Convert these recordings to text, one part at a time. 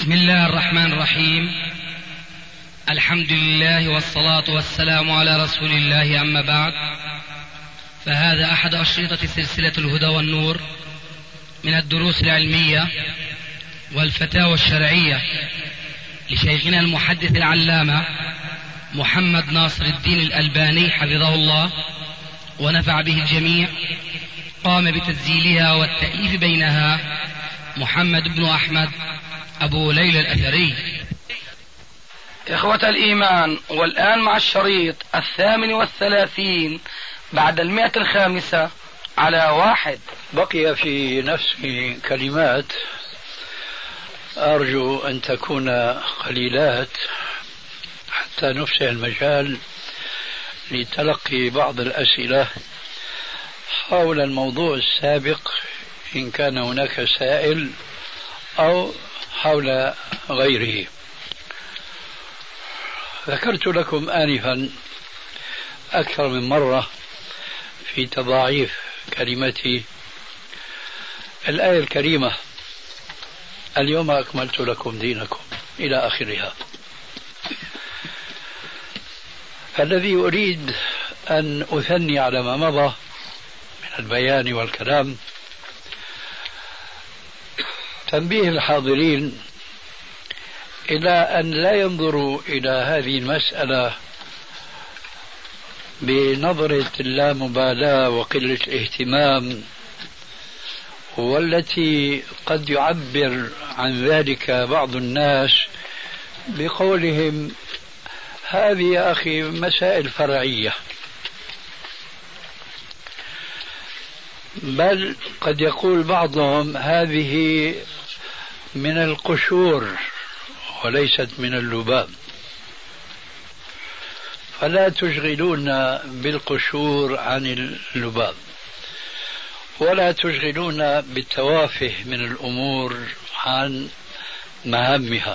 بسم الله الرحمن الرحيم. الحمد لله والصلاة والسلام على رسول الله، أما بعد، فهذا أحد أشرطة سلسلة الهدى والنور من الدروس العلمية والفتاوى الشرعية لشيخنا المحدث العلامة محمد ناصر الدين الألباني حفظه الله ونفع به الجميع. قام بتسجيلها والتأليف بينها محمد بن أحمد أبو ليلى الأثري. إخوة الإيمان، والآن مع الشريط 38 بعد 105 على 1. بقي في نفسي كلمات أرجو أن تكون قليلات حتى نفسح المجال لتلقي بعض الأسئلة حول الموضوع السابق إن كان هناك سائل أو حول غيره. ذكرت لكم آنفا أكثر من مرة في تضاعيف كلمتي الآية الكريمة: اليوم أكملت لكم دينكم إلى آخرها. فالذي أريد أن أثني على ما مضى من البيان والكلام تنبيه الحاضرين إلى أن لا ينظروا إلى هذه المسألة بنظرة اللامبالاة وقلة الاهتمام، والتي قد يعبر عن ذلك بعض الناس بقولهم: هذه يا أخي مسائل فرعية. بل قد يقول بعضهم: هذه من القشور وليست من اللباب. فلا تشغلونا بالقشور عن اللباب، ولا تشغلونا بالتوافه من الأمور عن مهامها.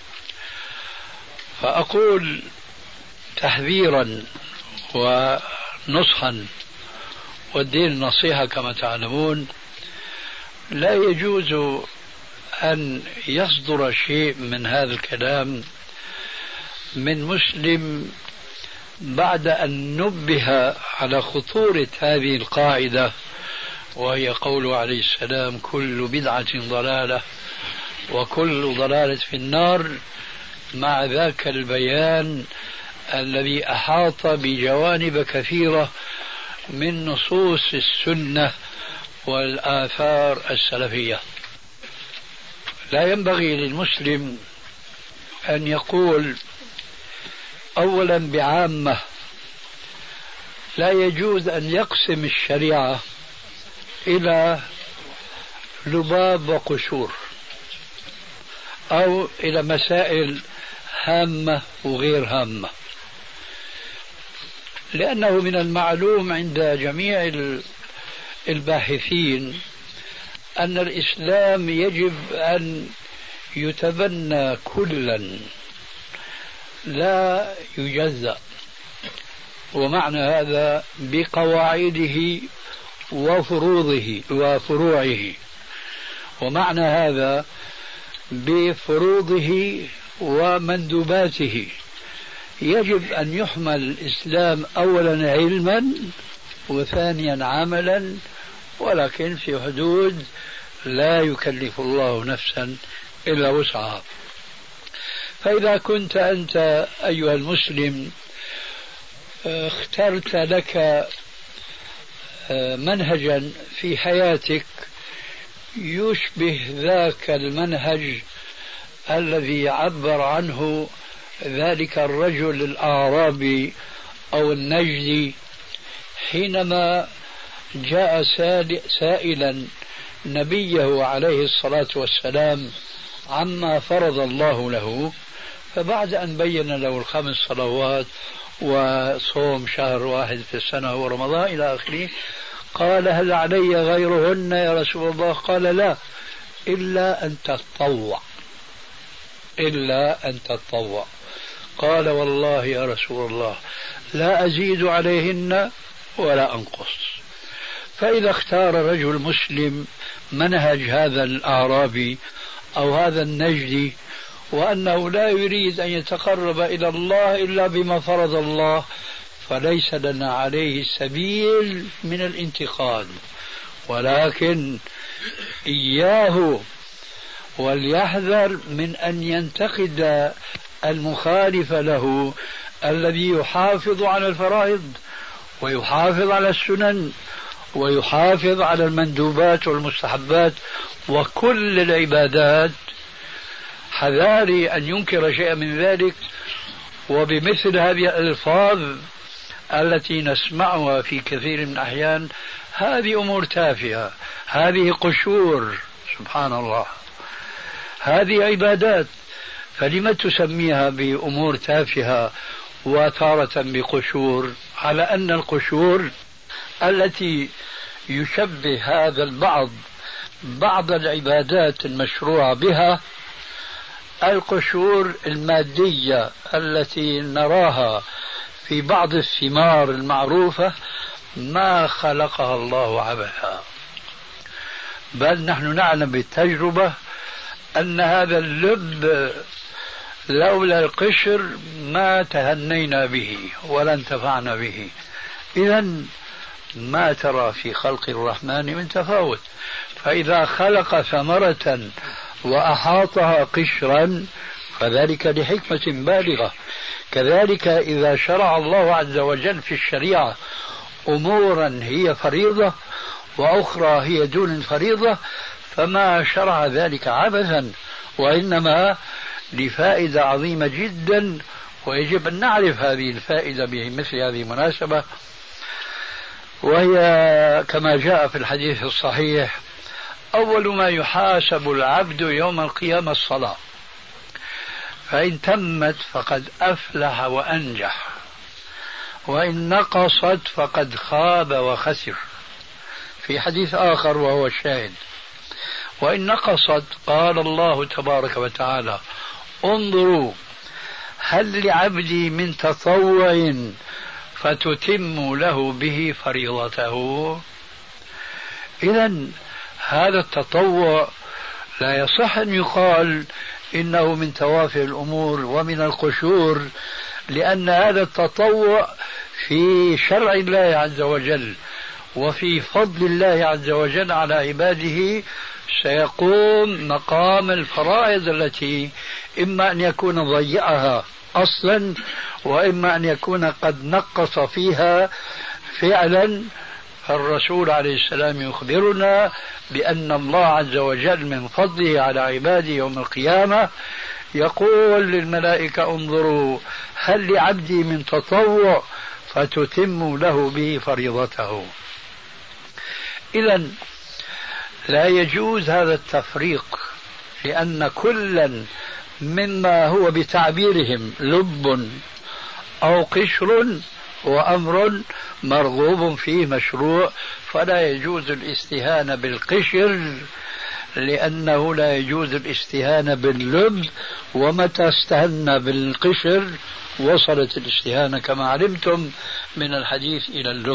فأقول تحذيرا ونصحا، والدين نصيحة كما تعلمون، لا يجوز أن يصدر شيء من هذا الكلام من مسلم بعد أن نبه على خطورة هذه القاعدة، وهي قوله عليه السلام: كل بدعة ضلالة وكل ضلالة في النار، مع ذاك البيان الذي أحاط بجوانب كثيرة من نصوص السنة والآثار السلفية. لا ينبغي للمسلم أن يقول أولا بعامة، لا يجوز أن يقسم الشريعة إلى لباب وقشور، أو إلى مسائل هامة وغير هامة، لأنه من المعلوم عند جميع الباحثين أن الإسلام يجب أن يتبنى كلا لا يجزأ، ومعنى هذا بقواعده وفروعه، ومعنى هذا بفروضه ومندوباته. يجب أن يحمل الإسلام أولا علما وثانيا عملا، ولكن في حدود لا يكلف الله نفسا إلا وسعها. فإذا كنت أنت أيها المسلم اخترت لك منهجا في حياتك يشبه ذاك المنهج الذي عبر عنه ذلك الرجل الأعرابي أو النجدي حينما جاء سائلا نبيه عليه الصلاة والسلام عما فرض الله له، فبعد أن بين له الخمس صلوات وصوم شهر واحد في السنة ورمضان إلى آخره، قال: هل علي غيرهن يا رسول الله؟ قال: لا، إلا أن تطوع. قال: والله يا رسول الله لا أزيد عليهن ولا أنقص. فإذا اختار رجل مسلم منهج هذا الأعرابي أو هذا النجدي وأنه لا يريد أن يتقرب إلى الله إلا بما فرض الله، فليس لنا عليه سبيل من الانتقاد، ولكن إياه وليحذر من أن ينتقد المخالف له الذي يحافظ على الفرائض ويحافظ على السنن ويحافظ على المندوبات والمستحبات وكل العبادات. حذاري أن ينكر شيئا من ذلك. وبمثل هذه الألفاظ التي نسمعها في كثير من الأحيان، هذه أمور تافهة، هذه قشور، سبحان الله، هذه عبادات، فلم تسميها بأمور تافهة وتارة بقشور، على أن القشور التي يشبه هذا البعض بعض العبادات المشروعة بها القشور المادية التي نراها في بعض الثمار المعروفة، ما خلقها الله عبثا، بل نحن نعلم بالتجربة أن هذا اللب لولا القشر ما تهنينا به ولا انتفعنا به. إذن ما ترى في خلق الرحمن من تفاوت، فإذا خلق ثمرة وأحاطها قشرا فذلك لحكمة بالغة. كذلك إذا شرع الله عز وجل في الشريعة أمورا هي فريضة وأخرى هي دون الفريضة فما شرع ذلك عبثا، وإنما لفائدة عظيمة جدا، ويجب أن نعرف هذه الفائدة بمثل هذه المناسبة. وهي كما جاء في الحديث الصحيح: أول ما يحاسب العبد يوم القيامة الصلاة، فإن تمت فقد أفلح وأنجح، وإن نقصت فقد خاب وخسر. في حديث آخر وهو الشاهد: وإن نقصت قال الله تبارك وتعالى: انظروا هل لعبدي من تطوع فتتم له به فريضته. إذن هذا التطوع لا يصح أن يقال إنه من توافه الأمور ومن القشور، لأن هذا التطوع في شرع الله عز وجل وفي فضل الله عز وجل على عباده سيقوم مقام الفرائض التي إما أن يكون ضيعها أصلا وإما أن يكون قد نقص فيها فعلا. فالرسول عليه السلام يخبرنا بأن الله عز وجل من فضله على عباده يوم القيامة يقول للملائكة: انظروا هل لعبدي من تطوع فتتم له به فريضته. إذن لا يجوز هذا التفريق، لأن كلا مما هو بتعبيرهم لب أو قشر وأمر مرغوب فيه مشروع، فلا يجوز الاستهانة بالقشر لأنه لا يجوز الاستهانة باللب، ومتى استهنا بالقشر وصلت الاستهانة كما علمتم من الحديث إلى اللب.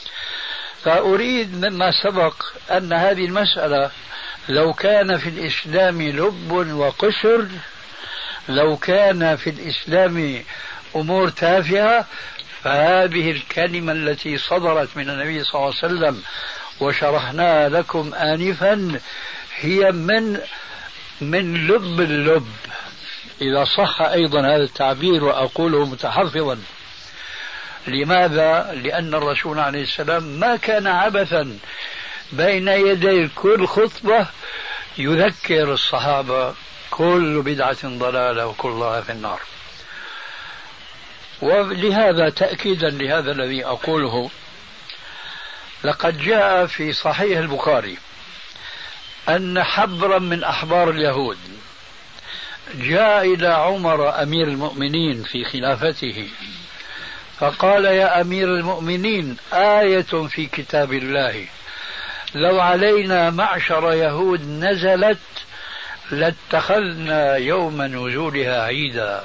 فأريد مما سبق أن هذه المسألة لو كان في الإسلام لب وقشر، لو كان في الإسلام أمور تافهة، فهذه الكلمة التي صدرت من النبي صلى الله عليه وسلم وشرحناها لكم آنفا هي من لب اللب، إذا صح أيضا هذا التعبير وأقوله متحفظا. لماذا؟ لأن الرسول عليه السلام ما كان عبثا بين يدي كل خطبة يذكر الصحابة: كل بدعة ضلالة وكل ضلالة في النار. ولهذا تأكيدا لهذا الذي أقوله، لقد جاء في صحيح البخاري أن حبرا من أحبار اليهود جاء إلى عمر أمير المؤمنين في خلافته فقال: يا أمير المؤمنين، آية في كتاب الله لو علينا معشر يهود نزلت لاتخذنا يوم نزولها عيدا.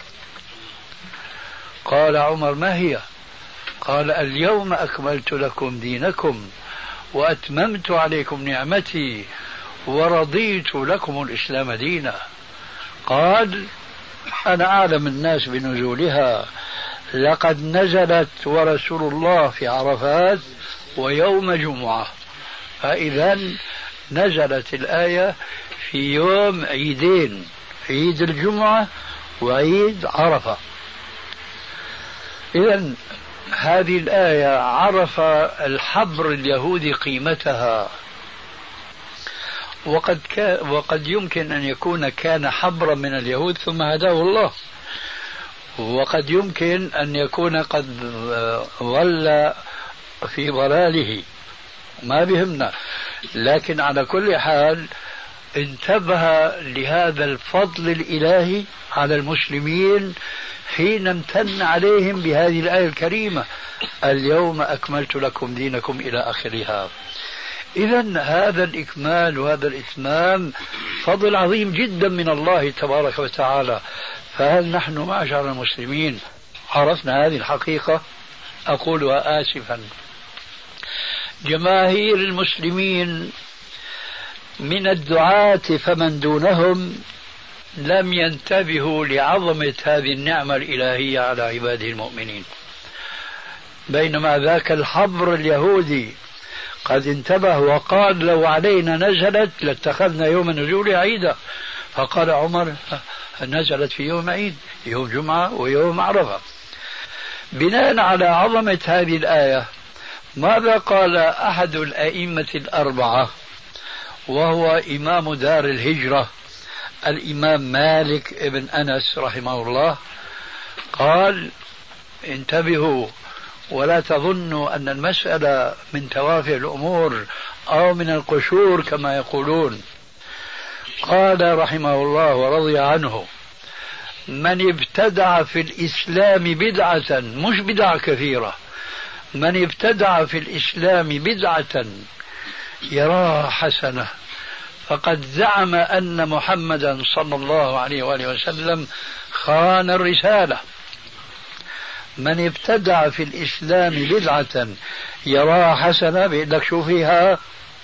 قال عمر: ما هي؟ قال: اليوم أكملت لكم دينكم وأتممت عليكم نعمتي ورضيت لكم الإسلام دينا. قال أنا أعلم الناس بنزولها، لقد نزلت ورسول الله في عرفات ويوم جمعة، فإذا نزلت الآية في يوم عيدين، عيد الجمعة وعيد عرفة. إذا هذه الآية عرف الحبر اليهودي قيمتها، وقد يمكن أن يكون كان حبرا من اليهود ثم هداه الله، وقد يمكن أن يكون قد ظل في ضلاله، ما بهمنا. لكن على كل حال انتبه لهذا الفضل الإلهي على المسلمين حين امتن عليهم بهذه الآية الكريمة: اليوم أكملت لكم دينكم إلى آخرها. إذن هذا الإكمال وهذا الإتمام فضل عظيم جدا من الله تبارك وتعالى. فهل نحن معشر المسلمين عرفنا هذه الحقيقة؟ أقولها آسفا، جماهير المسلمين من الدعاة فمن دونهم لم ينتبهوا لعظمة هذه النعمة الإلهية على عباده المؤمنين، بينما ذاك الحبر اليهودي قد انتبه وقال: لو علينا نزلت لاتخذنا يوم النزول عيدا. فقال عمر: نزلت في يوم عيد، يوم جمعة ويوم عرفة. بناء على عظمة هذه الآية ماذا قال أحد الأئمة الأربعة وهو إمام دار الهجرة الإمام مالك ابن أنس رحمه الله؟ قال: انتبهوا ولا تظنوا أن المسألة من توافه الأمور أو من القشور كما يقولون. قال رحمه الله ورضي عنه: من ابتدع في الإسلام بدعة، مش بدعة كثيرة، من ابتدع في الإسلام بدعة يراها حسنة فقد زعم أن محمدا صلى الله عليه وآله وسلم خان الرسالة. من ابتدع في الإسلام بدعة يراها حسنة، بيقول لك شو فيها،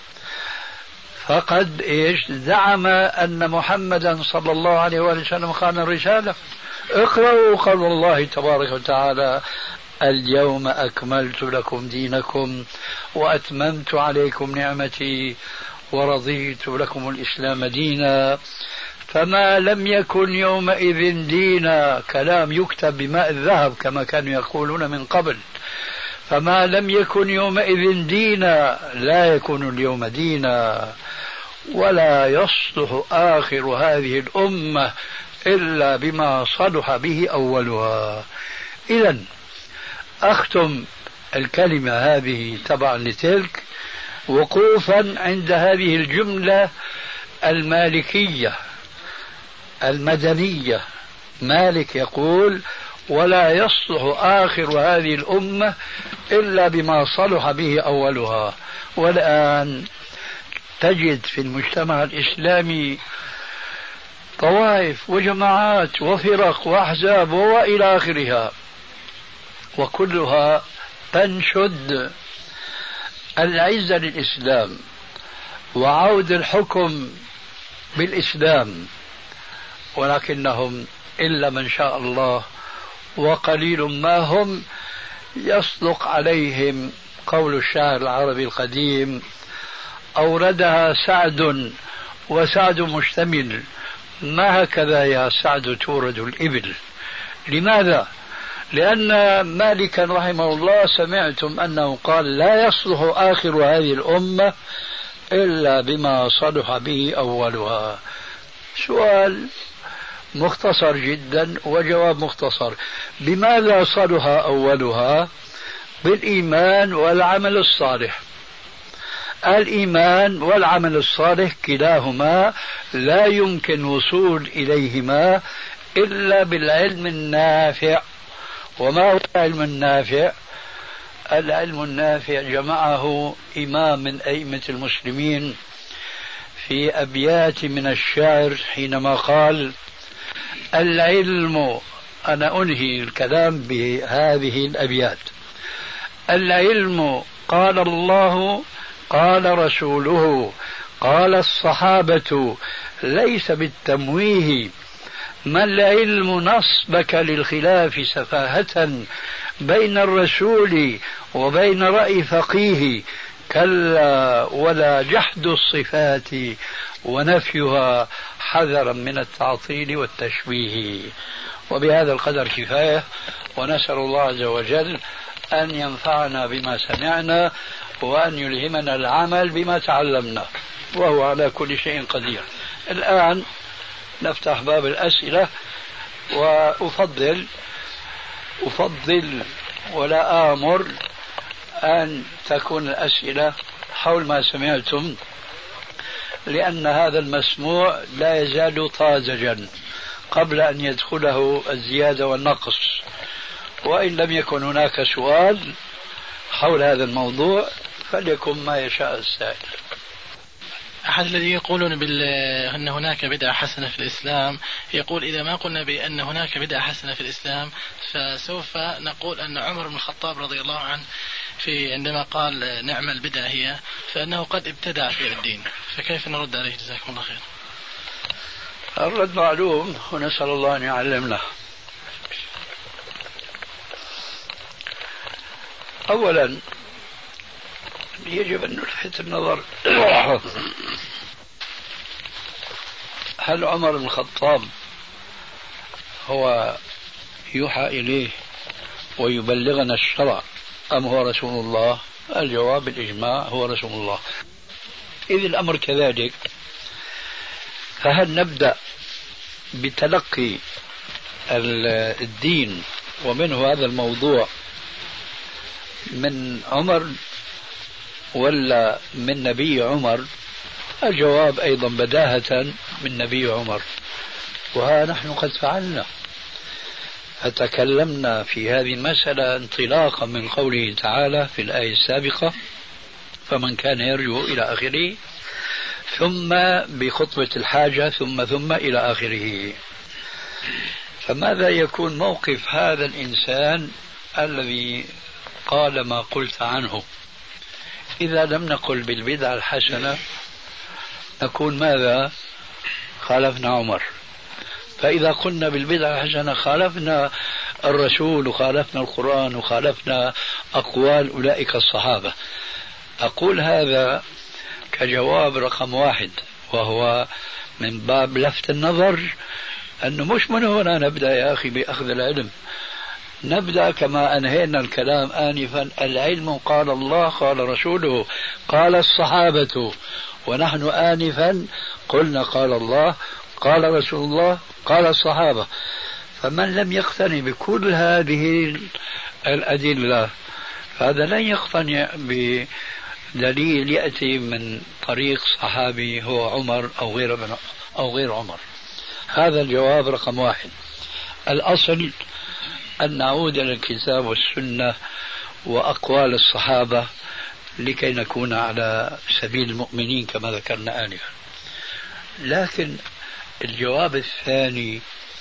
فقد زعم أن محمدا صلى الله عليه وآله وسلم خان الرسالة. اقرأوا قول الله تبارك وتعالى: اليوم أكملت لكم دينكم وأتممت عليكم نعمتي ورضيت لكم الإسلام دينا. فما لم يكن يومئذ دينا، كلام يكتب بماء الذهب كما كانوا يقولون من قبل، فما لم يكن يومئذ دينا لا يكون اليوم دينا، ولا يصلح آخر هذه الأمة إلا بما صلح به أولها. إذن أختم الكلمة هذه تبعا لتلك وقوفا عند هذه الجملة المالكية المدنية. مالك يقول: ولا يصلح آخر هذه الأمة إلا بما صلح به أولها. والآن تجد في المجتمع الإسلامي طوائف وجماعات وفرق وأحزاب وإلى آخرها، وكلها تنشد العزة للإسلام وعود الحكم بالإسلام، ولكنهم إلا من شاء الله وقليل ما هم يصدق عليهم قول الشاعر العربي القديم: أوردها سعد وسعد مشتمل، ما هكذا يا سعد تورد الإبل. لماذا؟ لأن مالكا رحمه الله سمعتم أنه قال: لا يصلح آخر هذه الأمة إلا بما صلح به أولها. سؤال مختصر جدا وجواب مختصر: بماذا صلح أولها؟ بالإيمان والعمل الصالح. الإيمان والعمل الصالح كلاهما لا يمكن وصول إليهما إلا بالعلم النافع. وما هو العلم النافع؟ العلم النافع جمعه إمام من أئمة المسلمين في أبيات من الشعر حينما قال: العلم، أنا أنهي الكلام بهذه الأبيات: العلم قال الله قال رسوله قال الصحابة، ليس بالتمويه ما العلم نصبك للخلاف سفاهة بين الرسول وبين رأي فقيه؟ كلا ولا جحد الصفات ونفيها حذرا من التعطيل والتشبيه. وبهذا القدر كفاية، ونسأل الله عز وجل أن ينفعنا بما سمعنا وأن يلهمنا العمل بما تعلمنا، وهو على كل شيء قدير. الآن نفتح باب الأسئلة، وأفضل ولا آمر أن تكون الأسئلة حول ما سمعتم، لأن هذا المسموع لا يزال طازجا قبل أن يدخله الزيادة والنقص. وإن لم يكن هناك سؤال حول هذا الموضوع فليكن ما يشاء السائل. أحد الذين يقولون أن هناك بدعة حسنة في الإسلام يقول إذا ما قلنا بأن هناك بدعة حسنة في الإسلام فسوف نقول أن عمر بن الخطاب رضي الله عنه عندما قال نعم البدعة هي، فإنه قد ابتدع في الدين، فكيف نرد عليه؟ جزاكم الله خير. الرد معلوم، ونسأل الله أن يعلمنا. أولا يجب أن نلفت النظر هل عمر بن الخطاب هو يوحى إليه ويبلغنا الشرع أم هو رسول الله؟ الجواب بالإجماع هو رسول الله. إذ الأمر كذلك، فهل نبدأ بتلقي الدين ومنه هذا الموضوع من عمر ولا من نبي عمر؟ الجواب أيضا بداهة من نبي عمر، وها نحن قد فعلنا، فتكلمنا في هذه المسألة انطلاقا من قوله تعالى في الآية السابقة فمن كان يرجو إلى آخره، ثم بخطبة الحاجة ثم إلى آخره. فماذا يكون موقف هذا الإنسان الذي قال ما قلت عنه؟ إذا لم نقل بالبدعة الحسنة نكون ماذا؟ خالفنا عمر. فإذا قلنا بالبدعة الحسنة خالفنا الرسول وخالفنا القرآن وخالفنا أقوال أولئك الصحابة. أقول هذا كجواب رقم واحد، وهو من باب لفت النظر أنه مش من هنا نبدأ يا أخي بأخذ العلم، نبدأ كما أنهينا الكلام آنفا، العلم قال الله قال رسوله قال الصحابة، ونحن آنفا قلنا قال الله قال رسول الله قال الصحابة. فمن لم يقتنع بكل هذه الأدلة فهذا لن يقتنع بدليل يأتي من طريق صحابي هو عمر أو غير عمر. هذا الجواب رقم واحد. الأصل أن نعود إلى الكتاب والسنة وأقوال الصحابة لكي نكون على سبيل المؤمنين كما ذكرنا آنفا. لكن الجواب الثاني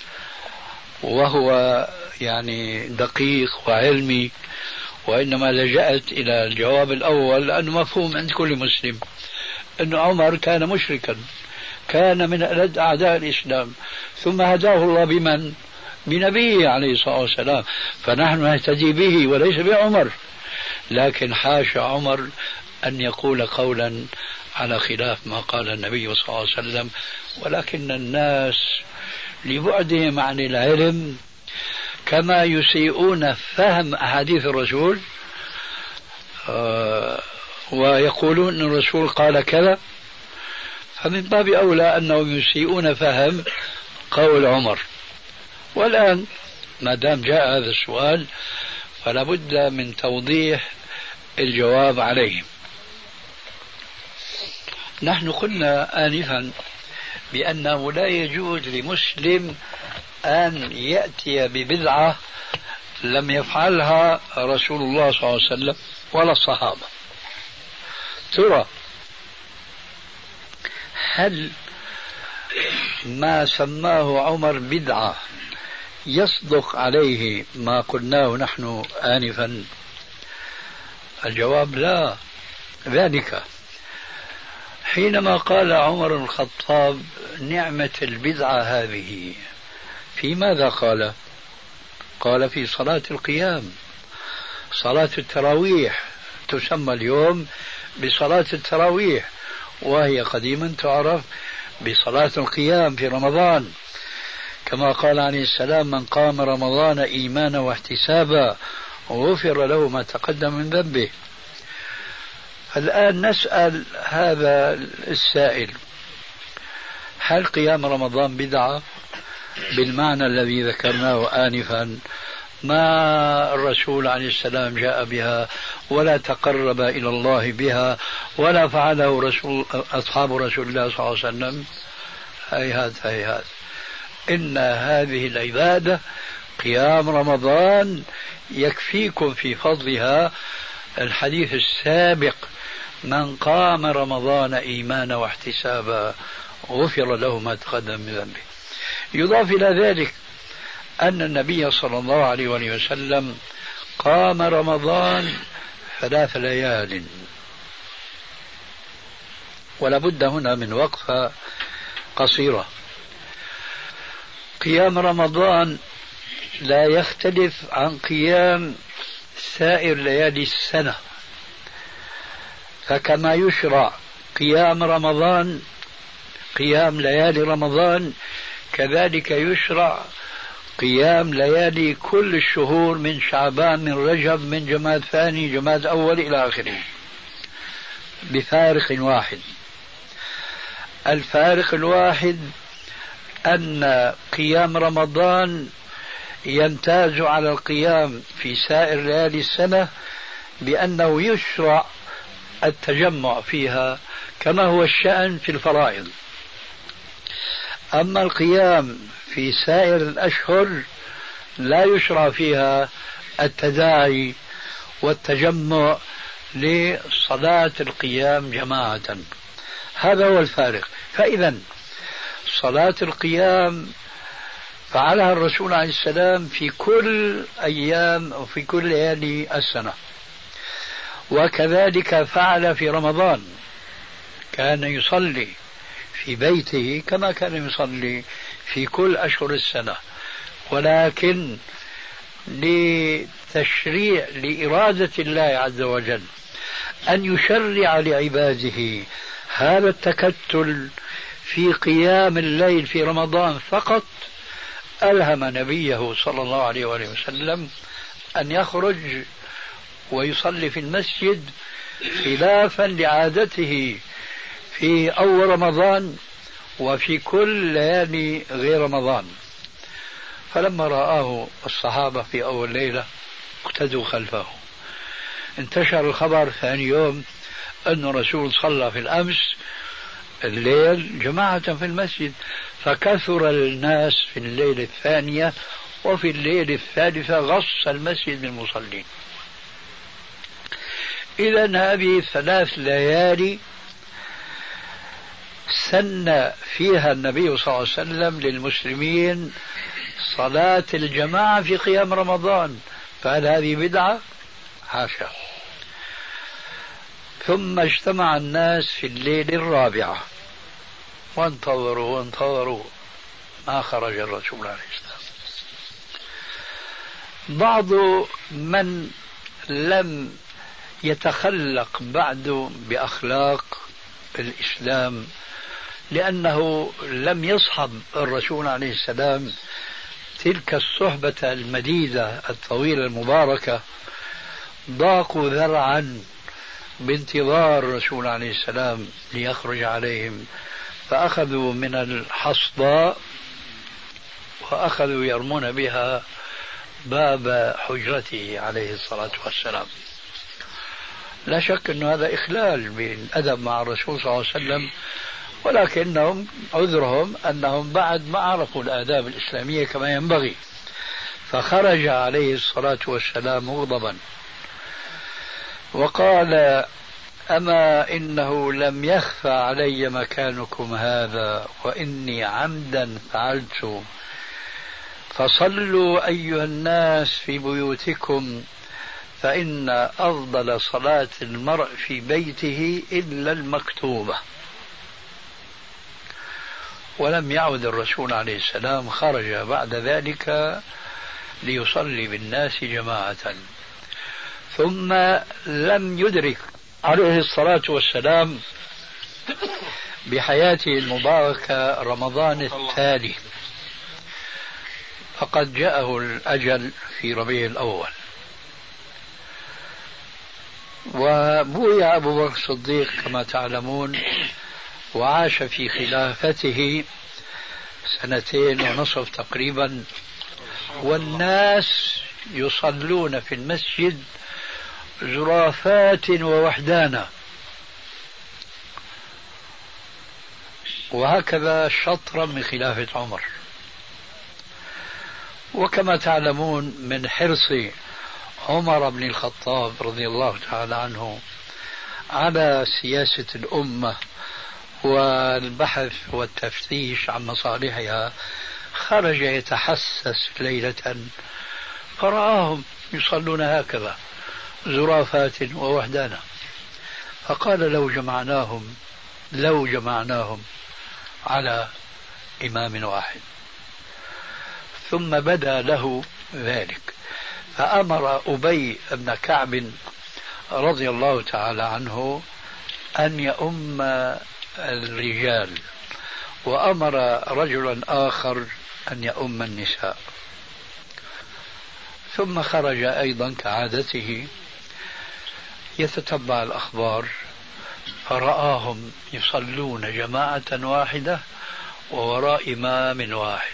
وهو يعني دقيق وعلمي، وإنما لجأت إلى الجواب الأول لأنه مفهوم عند كل مسلم، أن عمر كان مشركا، كان من ألد أعداء الإسلام، ثم هداه الله بمن؟ بنبيه عليه الصلاة والسلام، فنحن نهتدي به وليس بعمر. لكن حاشا عمر أن يقول قولا على خلاف ما قال النبي صلى الله عليه وسلم، ولكن الناس لبعدهم عن العلم كما يسيئون فهم أحاديث الرسول ويقولون أن الرسول قال كذا، فمن باب أولى أنهم يسيئون فهم قول عمر. والآن ما دام جاء هذا السؤال فلا بد من توضيح الجواب عليه. نحن قلنا آنفا بأنه لا يجوز لمسلم أن يأتي ببدعة لم يفعلها رسول الله صلى الله عليه وسلم ولا الصحابة. ترى هل ما سماه عمر بدعة يصدق عليه ما قلناه نحن آنفا؟ الجواب لا. ذلك حينما قال عمر بن الخطاب نعمة البدعة هذه، في ماذا قال؟ قال في صلاة القيام، صلاة التراويح تسمى اليوم بصلاة التراويح، وهي قديما تعرف بصلاة القيام في رمضان، كما قال عليه السلام: من قام رمضان إيمانا واحتسابا غفر له ما تقدم من ذنبه. الآن نسأل هذا السائل: هل قيام رمضان بدعة بالمعنى الذي ذكرناه آنفا؟ ما الرسول عليه السلام جاء بها ولا تقرب إلى الله بها ولا فعله أصحاب رسول الله صلى الله عليه وسلم. هيهات هيهات، إن هذه العبادة قيام رمضان يكفيكم في فضلها الحديث السابق: من قام رمضان إيمانا واحتسابا غفر له ما تقدم من ذنبه. يضاف إلى ذلك أن النبي صلى الله عليه وسلم قام رمضان 3 ليال، ولا بد هنا من وقفة قصيرة. قيام رمضان لا يختلف عن قيام سائر ليالي السنة، فكما يشرع قيام رمضان قيام ليالي رمضان، كذلك يشرع قيام ليالي كل الشهور من شعبان، من رجب، من جماد ثاني، جماد أول، إلى آخره، بفارق واحد. الفارق الواحد أن قيام رمضان يمتاز على القيام في سائر ليالي السنة بأنه يشرع التجمع فيها كما هو الشأن في الفرائض. أما القيام في سائر الأشهر لا يشرع فيها التداعي والتجمع لصلاة القيام جماعة. هذا هو الفارق. فإذا صلاة القيام فعلها الرسول عليه السلام في كل أيام وفي كل ليالي السنة، وكذلك فعل في رمضان، كان يصلي في بيته كما كان يصلي في كل أشهر السنة، ولكن لتشريع لإرادة الله عز وجل أن يشرع لعباده هذا التكتل في قيام الليل في رمضان فقط، ألهم نبيه صلى الله عليه وسلم أن يخرج ويصلي في المسجد خلافا لعادته في أول رمضان وفي كل ليالي غير رمضان. فلما رآه الصحابة في أول ليلة اقتدوا خلفه. انتشر الخبر ثاني يوم أن الرسول صلى في الأمس الليل جماعة في المسجد، فكثر الناس في الليلة الثانية، وفي الليلة الثالثة غص المسجد بالمصلين. إذن هذه 3 ليالي سن فيها النبي صلى الله عليه وسلم للمسلمين صلاة الجماعة في قيام رمضان، فهل هذه بدعة؟ حاشا. ثم اجتمع الناس في الليلة الرابعة وانتظروا ما خرج الرسول عليه السلام. بعض من لم يتخلق بعد بأخلاق الإسلام لأنه لم يصحب الرسول عليه السلام تلك الصحبة المديدة الطويلة المباركة، ضاقوا ذرعا بانتظار الرسول عليه السلام ليخرج عليهم، فأخذوا من الحصباء وأخذوا يرمون بها باب حجرته عليه الصلاة والسلام. لا شك أن هذا إخلال بالأدب مع الرسول صلى الله عليه وسلم، ولكنهم عذرهم أنهم بعد ما عرفوا الآداب الإسلامية كما ينبغي. فخرج عليه الصلاة والسلام مغضبا وقال: أما إنه لم يخفى علي مكانكم هذا وإني عمدا فعلت، فصلوا أيها الناس في بيوتكم، فإن أفضل صلاة المرء في بيته إلا المكتوبة. ولم يعد الرسول عليه السلام، خرج بعد ذلك ليصلي بالناس جماعة، ثم لم يدرك عليه الصلاة والسلام بحياته المباركة رمضان التالي، فقد جاءه الأجل في ربيع الأول. وبويع أبو بكر الصديق كما تعلمون، وعاش في خلافته 2.5 تقريبا، والناس يصلون في المسجد زرافات ووحدانا، وهكذا شطرا من خلافة عمر. وكما تعلمون من حرص عمر بن الخطاب رضي الله تعالى عنه على سياسة الأمة والبحث والتفتيش عن مصالحها، خرج يتحسس ليلة فرآهم يصلون هكذا زرافات ووحدانا، فقال لو جمعناهم على إمام واحد. ثم بدا له ذلك، فأمر أبي بن كعب رضي الله تعالى عنه أن يؤم الرجال، وأمر رجلا آخر أن يؤم النساء. ثم خرج أيضا كعادته يتتبع الأخبار، فرآهم يصلون جماعة واحدة ووراء إمام واحد،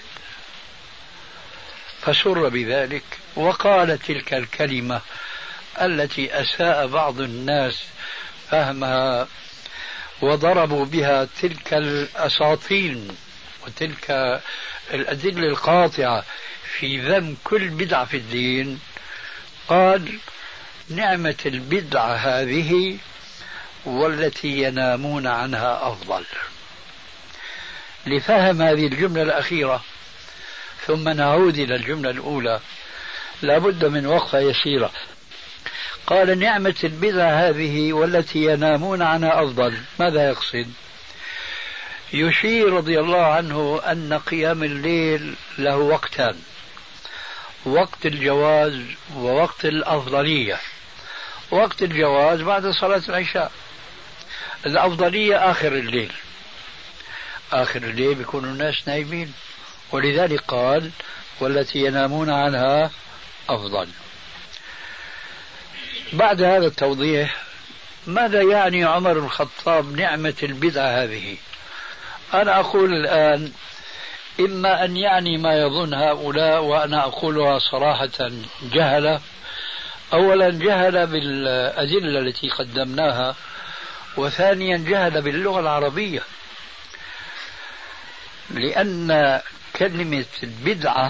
فسر بذلك وقال تلك الكلمة التي أساء بعض الناس فهمها وضربوا بها تلك الأساطين وتلك الأدلة القاطعة في ذم كل بدعة في الدين. قال: نعمة البدعة هذه والتي ينامون عنها أفضل. لفهم هذه الجملة الأخيرة ثم نعود إلى الجملة الأولى لابد من وقفة يسيرة. قال: نعمة البدعة هذه والتي ينامون عنها أفضل، ماذا يقصد؟ يشير رضي الله عنه أن قيام الليل له وقتان: وقت الجواز ووقت الأفضلية. وقت الجواز بعد صلاة العشاء، الأفضلية آخر الليل. آخر الليل بيكون الناس نايمين، ولذلك قال: والتي ينامون عنها أفضل. بعد هذا التوضيح، ماذا يعني عمر بن الخطاب نعمة البدعة هذه؟ أنا أقول الآن إما أن يعني ما يظن هؤلاء، وأنا أقولها صراحة جهلة. أولا جهل بالأدلة التي قدمناها، وثانيا جهل باللغة العربية، لأن كلمة البدعة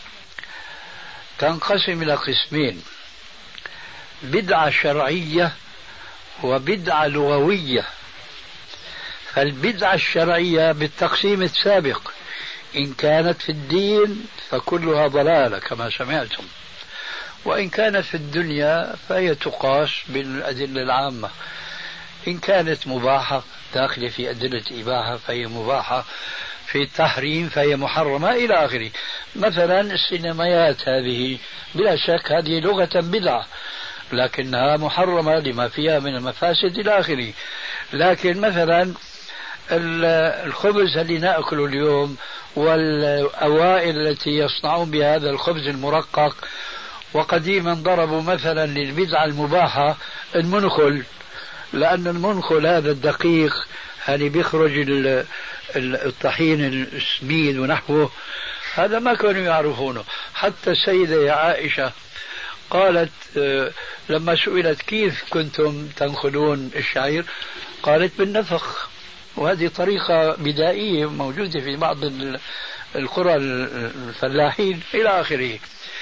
تنقسم إلى قسمين: بدعة شرعية وبدعة لغوية. فالبدعة الشرعية بالتقسيم السابق إن كانت في الدين فكلها ضلالة كما سمعتم، وإن كانت في الدنيا فهي تقاس بالأدلة العامة. إن كانت مباحة داخلة في أدلة إباحة فهي مباحة، في التحريم فهي محرمة إلى آخره. مثلا السينمائيات هذه بلا شك هذه لغة بدعة، لكنها محرمة لما فيها من المفاسد إلى آخره. لكن مثلا الخبز اللي نأكله اليوم والأوائل التي يصنعون بهذا الخبز المرقق، وقديما ضربوا مثلا للبدعة المباحة المنخل، لأن المنخل هذا الدقيق يعني بيخرج الطحين السميد ونحوه، هذا ما كانوا يعرفونه. حتى السيدة عائشة قالت لما سئلت: كيف كنتم تنخلون الشعير؟ قالت: بالنفخ. وهذه طريقة بدائية موجودة في بعض القرى الفلاحين إلى آخره.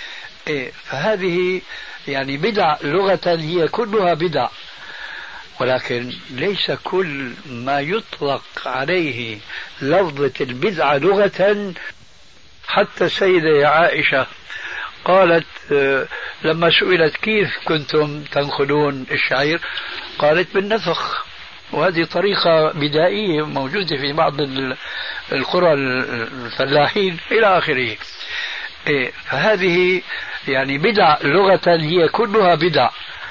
فهذه يعني بدع لغة، هي كلها بدع، ولكن ليس كل ما يطلق عليه لفظة البدعة لغة. حتى السيدة عائشة قالت لما سئلت: كيف كنتم تنخلون الشعير؟ قالت: بالنفخ. وهذه طريقة بدائية موجودة في بعض القرى الفلاحين إلى آخره. فهذه يعني بدع لغة هي كلها بدع،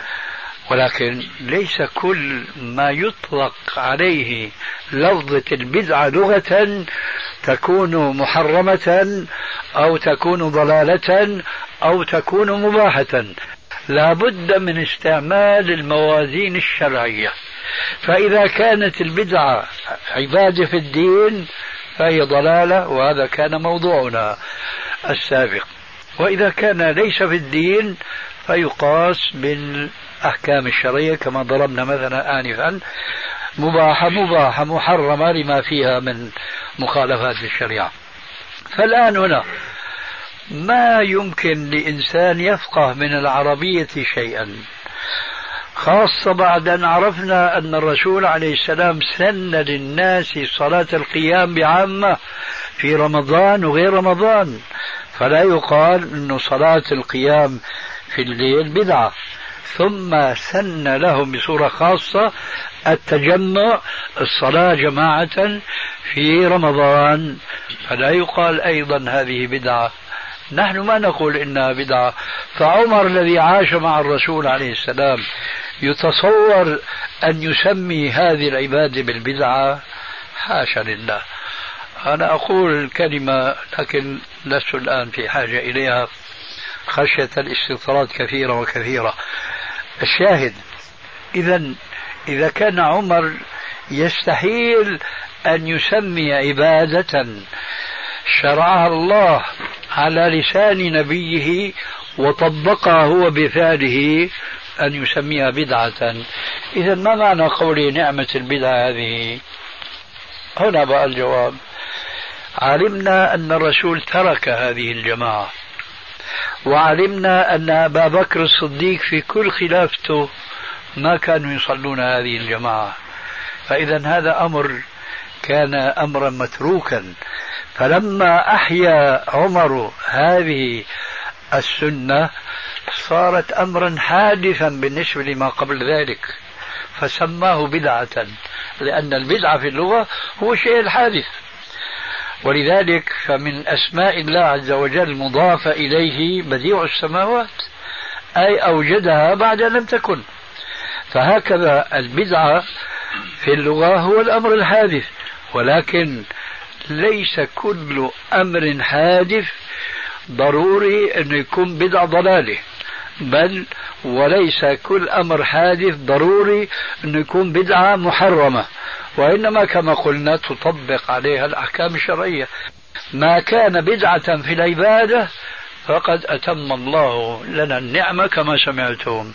ولكن ليس كل ما يطلق عليه لفظة البدعة لغة تكون محرمة أو تكون ضلالة أو تكون مباحة. لا بد من استعمال الموازين الشرعية. فإذا كانت البدعة عبادة في الدين فهي ضلالة، وهذا كان موضوعنا السابق. وإذا كان ليس في الدين فيقاس بالأحكام الشرعية كما ضربنا مثلا آنفا، مباحة محرمة لما فيها من مخالفات الشريعة. فالآن هنا ما يمكن لإنسان يفقه من العربية شيئا، خاصة بعد أن عرفنا أن الرسول عليه السلام سن للناس صلاة القيام بعامة في رمضان وغير رمضان، فلا يقال أن صلاة القيام في الليل بدعة. ثم سن لهم بصورة خاصة التجمع، الصلاة جماعة في رمضان، فلا يقال أيضا هذه بدعة. نحن ما نقول إنها بدعة. فعمر الذي عاش مع الرسول عليه السلام يتصور أن يسمي هذه العبادة بالبدعة؟ حاشا لله. أنا أقول كلمة لكن لست الآن في حاجة إليها خشية الاستطراد كثيرة وكثيرة. الشاهد إذا كان عمر يستحيل أن يسمي عبادة شرعها الله على لسان نبيه وطبقها هو بفعله أن يسميها بدعة، إذا ما معنى قوله نعمة البدعة هذه؟ هنا بقى الجواب. علمنا أن الرسول ترك هذه الجماعة، وعلمنا أن أبا بكر الصديق في كل خلافته ما كانوا يصلون هذه الجماعة، فإذا هذا أمر كان أمرا متروكا. فلما أحيا عمر هذه السنة صارت أمرا حادثا بالنسبة لما قبل ذلك، فسماه بدعة، لأن البدعة في اللغة هو الشيء الحادث. ولذلك فمن أسماء الله عز وجل مضافة إليه بديع السماوات، أي أوجدها بعد لم تكن. فهكذا البدعة في اللغة هو الأمر الحادث، ولكن ليس كل أمر حادث ضروري أن يكون بدعة ضلالة، بل وليس كل أمر حادث ضروري أن يكون بدعة محرمة، وإنما كما قلنا تطبق عليها الأحكام الشرعية. ما كان بدعة في العبادة فقد أتم الله لنا النعمة كما سمعتم.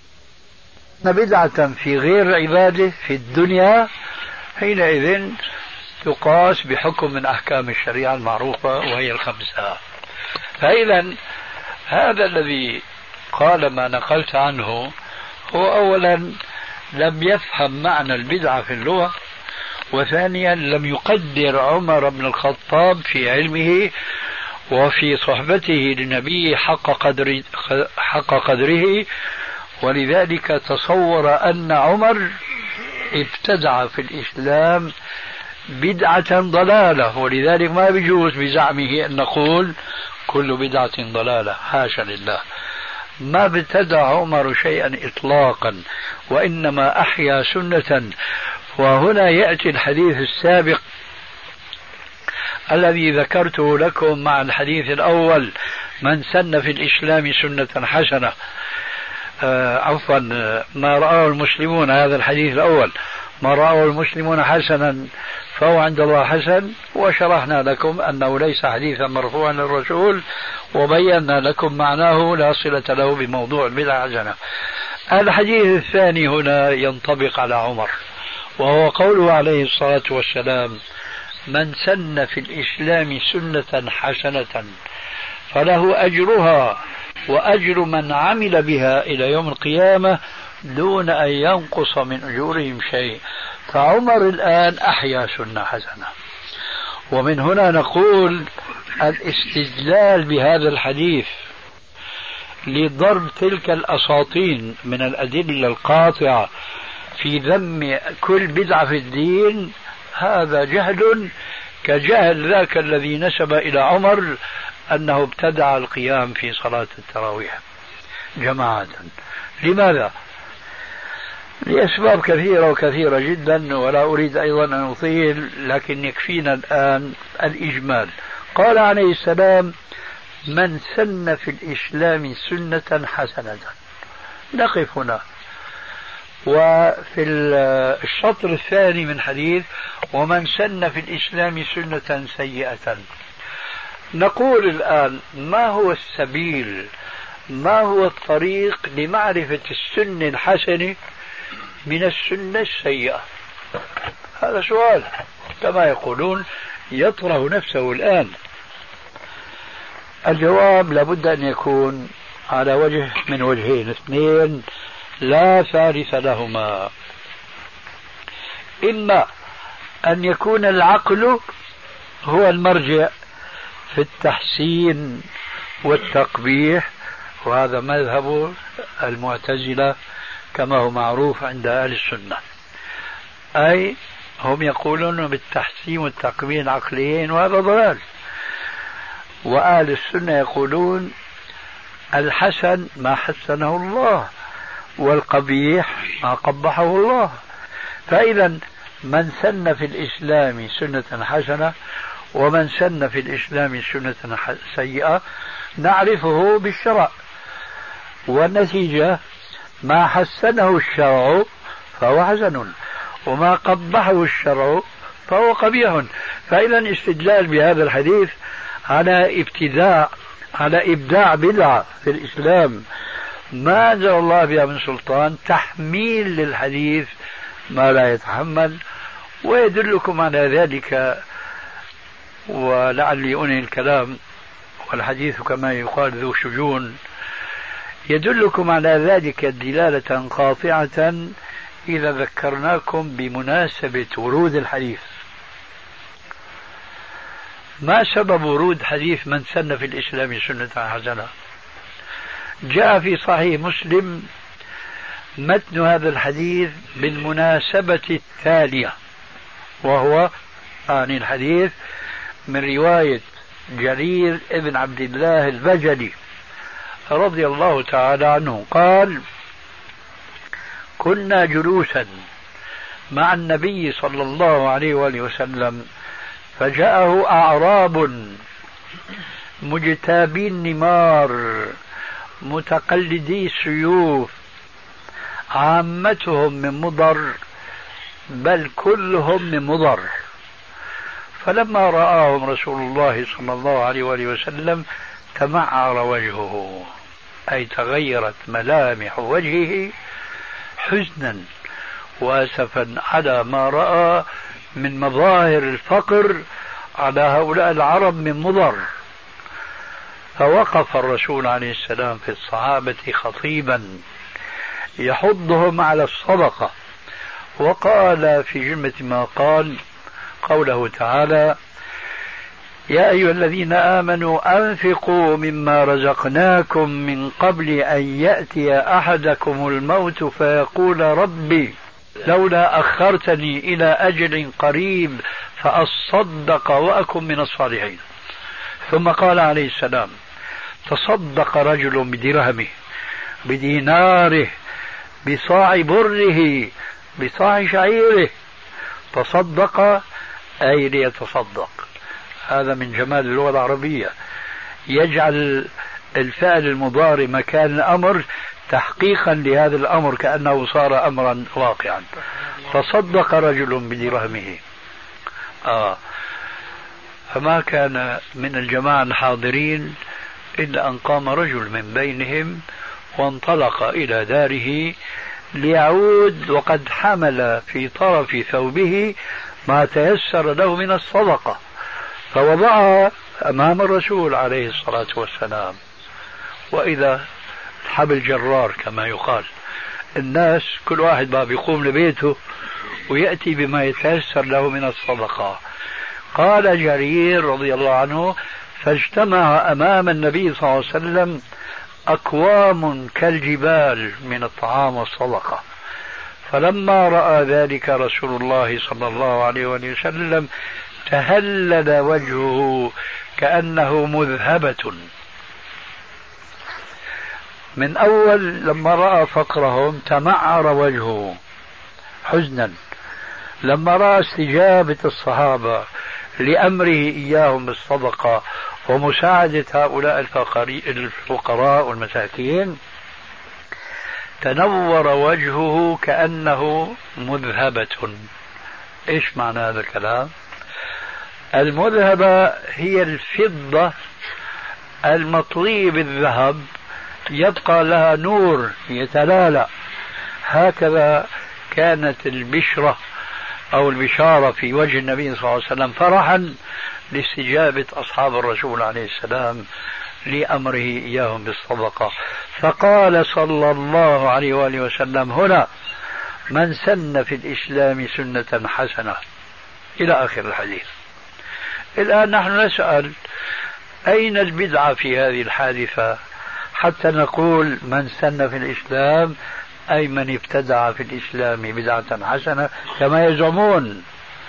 بدعة في غير العبادة في الدنيا حينئذ تقاس بحكم من أحكام الشريعة المعروفة وهي الخمسة. فإذا هذا الذي قال ما نقلت عنه هو أولا لم يفهم معنى البدعة في اللغة، وثانيا لم يقدر عمر بن الخطاب في علمه وفي صحبته للنبي حق قدره، ولذلك تصور أن عمر ابتدع في الإسلام بدعة ضلالة، ولذلك ما بيجوز بزعمه أن نقول كل بدعة ضلالة، حاشا لله. ما ابتدع عمر شيئا إطلاقا، وإنما أحيا سنة. وهنا يأتي الحديث السابق الذي ذكرته لكم مع الحديث الأول: من سن في الإسلام سنة حسنة، عفوا ما رآه المسلمون، هذا الحديث الأول، ما رآه المسلمون حسنا فهو عند الله حسن. وشرحنا لكم أنه ليس حديثا مرفوعا للرسول، وبينا لكم معناه لا صلة له بموضوع البدعة حسنة. الحديث الثاني هنا ينطبق على عمر، وهو قوله عليه الصلاة والسلام: من سن في الإسلام سنة حسنة فله أجرها وأجر من عمل بها إلى يوم القيامة دون أن ينقص من أجورهم شيء. فعمر الآن أحيا سنة حسنة. ومن هنا نقول الاستدلال بهذا الحديث لضرب تلك الأساطين من الأدلة القاطعة في ذم كل بدعة في الدين هذا جهل كجهل ذاك الذي نسب إلى عمر أنه ابتدع القيام في صلاة التراويح جماعة. لماذا؟ لأسباب كثيرة وكثيرة جدا، ولا أريد أيضا أن أطيل، لكن يكفينا الآن الإجمال. قال عليه السلام: من سن في الإسلام سنة حسنة. نقف هنا. وفي الشطر الثاني من حديث: ومن سن في الإسلام سنة سيئة. نقول الآن: ما هو السبيل، ما هو الطريق لمعرفة السنة الحسنة من السنة السيئة؟ هذا سؤال كما يقولون يطرح نفسه الآن. الجواب لابد أن يكون على وجه من وجهين اثنين لا ثالث لهما. إما أن يكون العقل هو المرجع في التحسين والتقبيح، وهذا مذهب المعتزلة كما هو معروف عند أهل السنة، أي هم يقولون بالتحسين والتقبيح عقليين، وهذا ضلال. وأهل السنة يقولون الحسن ما حسنه الله، والقبيح ما قبحه الله. فإذا من سن في الإسلام سنة حسنة ومن سن في الإسلام سنة سيئة نعرفه بالشرع، والنتيجة ما حسنه الشرع فهو حسن، وما قبحه الشرع فهو قبيح. فإذا استدلال بهذا الحديث على إبداع بدعة في الإسلام ما أنزل الله بها من سلطان، تحميل للحديث ما لا يتحمل. ويدلكم على ذلك، ولعلي أنهي الكلام والحديث كما يقال ذو شجون، يدلكم على ذلك دلالة قاطعة إذا ذكرناكم بمناسبة ورود الحديث. ما سبب ورود حديث من سن في الإسلام سنة حسنة؟ جاء في صحيح مسلم متن هذا الحديث بالمناسبة التالية، وهو الحديث من رواية جرير ابن عبد الله البجلي رضي الله تعالى عنه قال: كنا جلوسا مع النبي صلى الله عليه وآله وسلم فجاءه أعراب مجتابي النمار متقلدي السيوف عامتهم من مضر، بل كلهم من مضر. فلما رآهم رسول الله صلى الله عليه وآله وسلم تمعر وجهه، أي تغيرت ملامح وجهه حزنا وأسفا على ما رأى من مظاهر الفقر على هؤلاء العرب من مضر. فوقف الرسول عليه السلام في الصحابة خطيبا يحضهم على الصدقة، وقال في جملة ما قال قوله تعالى: يا أيها الذين آمنوا أنفقوا مما رزقناكم من قبل أن يأتي أحدكم الموت فيقول ربي لولا أخرتني إلى أجل قريب فأصدق وأكن من الصالحين. ثم قال عليه السلام: تصدق رجل بدرهمه بديناره بصاع بره بصاع شعيره. تصدق أي ليتصدق. هذا من جمال اللغة العربية، يجعل الفعل المضارع مكان الأمر تحقيقا لهذا الأمر كأنه صار أمرا واقعا. تصدق رجل بدرهمه. فما كان من الجماعة الحاضرين إلا أن قام رجل من بينهم وانطلق إلى داره ليعود وقد حمل في طرف ثوبه ما تيسر له من الصدقة، فوضعها أمام الرسول عليه الصلاة والسلام. وإذا الحبل جرار كما يقال، الناس كل واحد بقى بيقوم لبيته ويأتي بما يتيسر له من الصدقة. قال جرير رضي الله عنه: فاجتمع أمام النبي صلى الله عليه وسلم أكوام كالجبال من الطعام والصدقة، فلما رأى ذلك رسول الله صلى الله عليه وسلم تهلل وجهه كأنه مذهبة. من أول لما رأى فقرهم تمعر وجهه حزنا، لما رأى استجابة الصحابة لأمره إياهم بالصدقة ومساعدة هؤلاء الفقراء والمساكين تنور وجهه كأنه مذهبة. إيش معنى هذا الكلام؟ المذهبة هي الفضة المطلية بالذهب يبقى لها نور يتلالأ، هكذا كانت البشرة أو البشارة في وجه النبي صلى الله عليه وسلم فرحا لاستجابة أصحاب الرسول عليه السلام لأمره إياهم بالصدقة. فقال صلى الله عليه وآله وسلم هنا: من سن في الإسلام سنة حسنة، إلى آخر الحديث. الآن نحن نسأل أين البدعة في هذه الحادثة حتى نقول من سن في الإسلام أي من ابتدع في الإسلام بدعة حسنة كما يزعمون.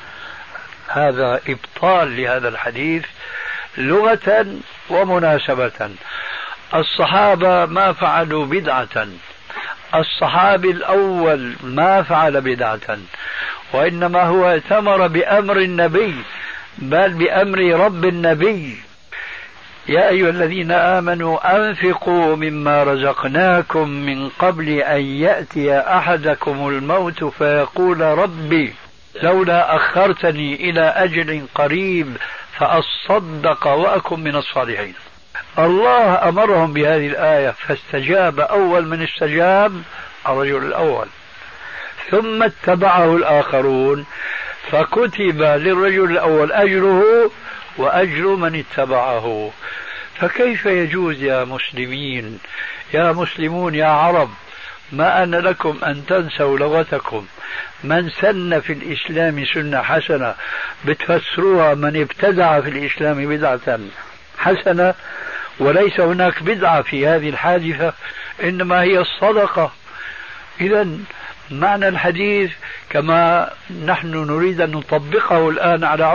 هذا إبطال لهذا الحديث لغة ومناسبة. الصحابة ما فعلوا بدعة، الصحابي الأول ما فعل بدعة، وإنما هو ائتمر بأمر النبي، بل بأمر رب النبي: يا أيها الذين آمنوا أنفقوا مما رزقناكم من قبل أن يأتي أحدكم الموت فيقول ربي لولا أخرتني إلى أجل قريب فأصدق وأكن من الصالحين. الله أمرهم بهذه الآية فاستجاب أول من استجاب الرجل الأول، ثم اتبعه الآخرون فكتب للرجل الأول أجره وأجر من اتبعه. فكيف يجوز يا مسلمين يا مسلمون يا عرب ما أن لكم أن تنسوا لغتكم؟ من سن في الإسلام سنة حسنة بتفسروها من ابتدع في الإسلام بدعة حسنة، وليس هناك بدعة في هذه الحادثة إنما هي الصدقة. إذا معنى الحديث كما نحن نريد أن نطبقه الآن على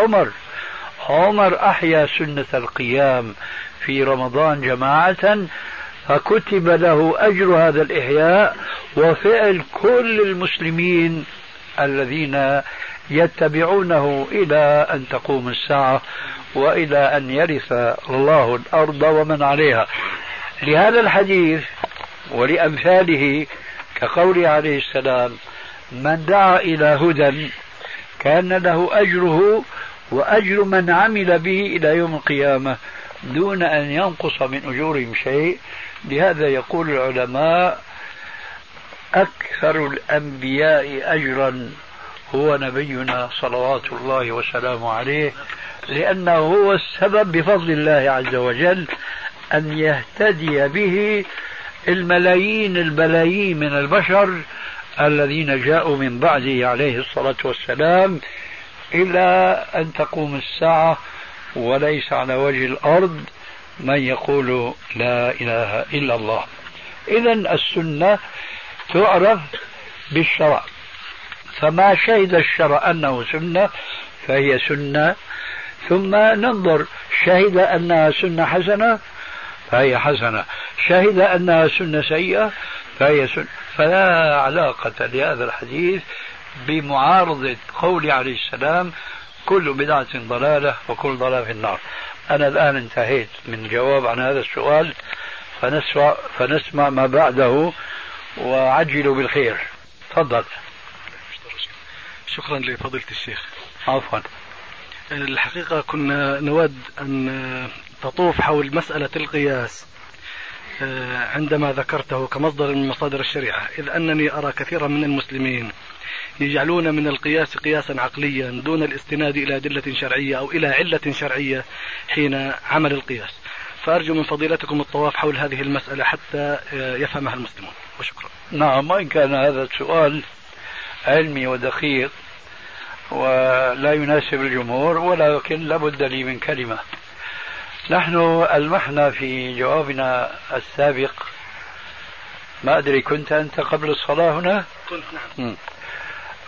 عمر أحيا سنة القيام في رمضان جماعة فكتب له أجر هذا الإحياء وفعل كل المسلمين الذين يتبعونه إلى أن تقوم الساعة وإلى أن يرث الله الأرض ومن عليها. لهذا الحديث ولأمثاله كقوله عليه السلام: من دعا إلى هدى كان له أجره وأجر من عمل به إلى يوم القيامة دون أن ينقص من أجورهم شيء. لهذا يقول العلماء: أكثر الأنبياء أجرا هو نبينا صلوات الله وسلامه عليه، لأنه هو السبب بفضل الله عز وجل أن يهتدي به الملايين البلايين من البشر الذين جاءوا من بعده عليه الصلاة والسلام إلى أن تقوم الساعة وليس على وجه الأرض من يقول لا إله إلا الله. إذن السنة تعرف بالشرع، فما شهد الشرع أنه سنة فهي سنة، ثم ننظر شهد أنها سنة حسنة فهي حسنة، شهد أنها سنة سيئة فهي سنة. فلا علاقة لهذا الحديث بمعارضة قول عليه السلام: كل بدعة ضلالة وكل ضلالة في النار. أنا الآن انتهيت من الجواب عن هذا السؤال، فنسمع ما بعده وعجلوا بالخير. تفضل. شكرا لفضيلة الشيخ. عفوا. الحقيقة كنا نود أن تطوف حول مسألة القياس عندما ذكرته كمصدر من مصادر الشريعة، إذ أنني أرى كثيرا من المسلمين يجعلون من القياس قياسا عقليا دون الاستناد إلى أدلة شرعية أو إلى علة شرعية حين عمل القياس، فأرجو من فضيلتكم الطواف حول هذه المسألة حتى يفهمها المسلمون، وشكرا. نعم، وإن كان هذا السؤال علمي ودقيق ولا يناسب الجمهور، ولكن لابد لي من كلمة. نحن ألمحنا في جوابنا السابق، ما أدري كنت أنت قبل الصلاة هنا؟ كنت، نعم.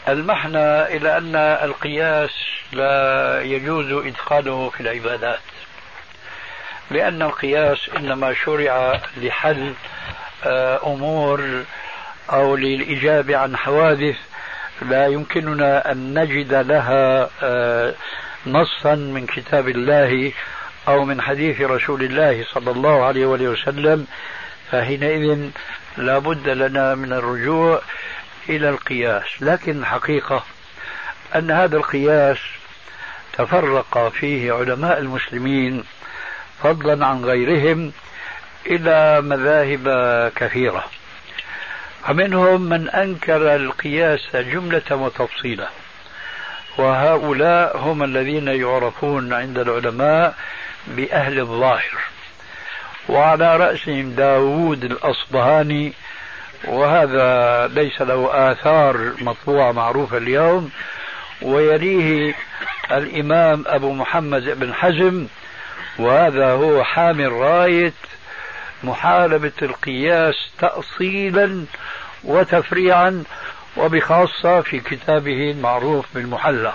ألمحنا إلى أن القياس لا يجوز إدخاله في العبادات، لأن القياس إنما شرع لحل أمور أو للإجابة عن حوادث لا يمكننا أن نجد لها نصا من كتاب الله أو من حديث رسول الله صلى الله عليه وسلم، فحينئذ لا بد لنا من الرجوع إلى القياس. لكن الحقيقة أن هذا القياس تفرق فيه علماء المسلمين فضلا عن غيرهم إلى مذاهب كثيرة، ومنهم من أنكر القياس جملة وتفصيلا، وهؤلاء هم الذين يعرفون عند العلماء بأهل الظاهر، وعلى رأسهم داود الأصبهاني، وهذا ليس له آثار مطبوعة معروفة اليوم، ويليه الإمام أبو محمد بن حزم، وهذا هو حامل راية محاربة القياس تأصيلا وتفريعا، وبخاصة في كتابه المعروف بالمحلى.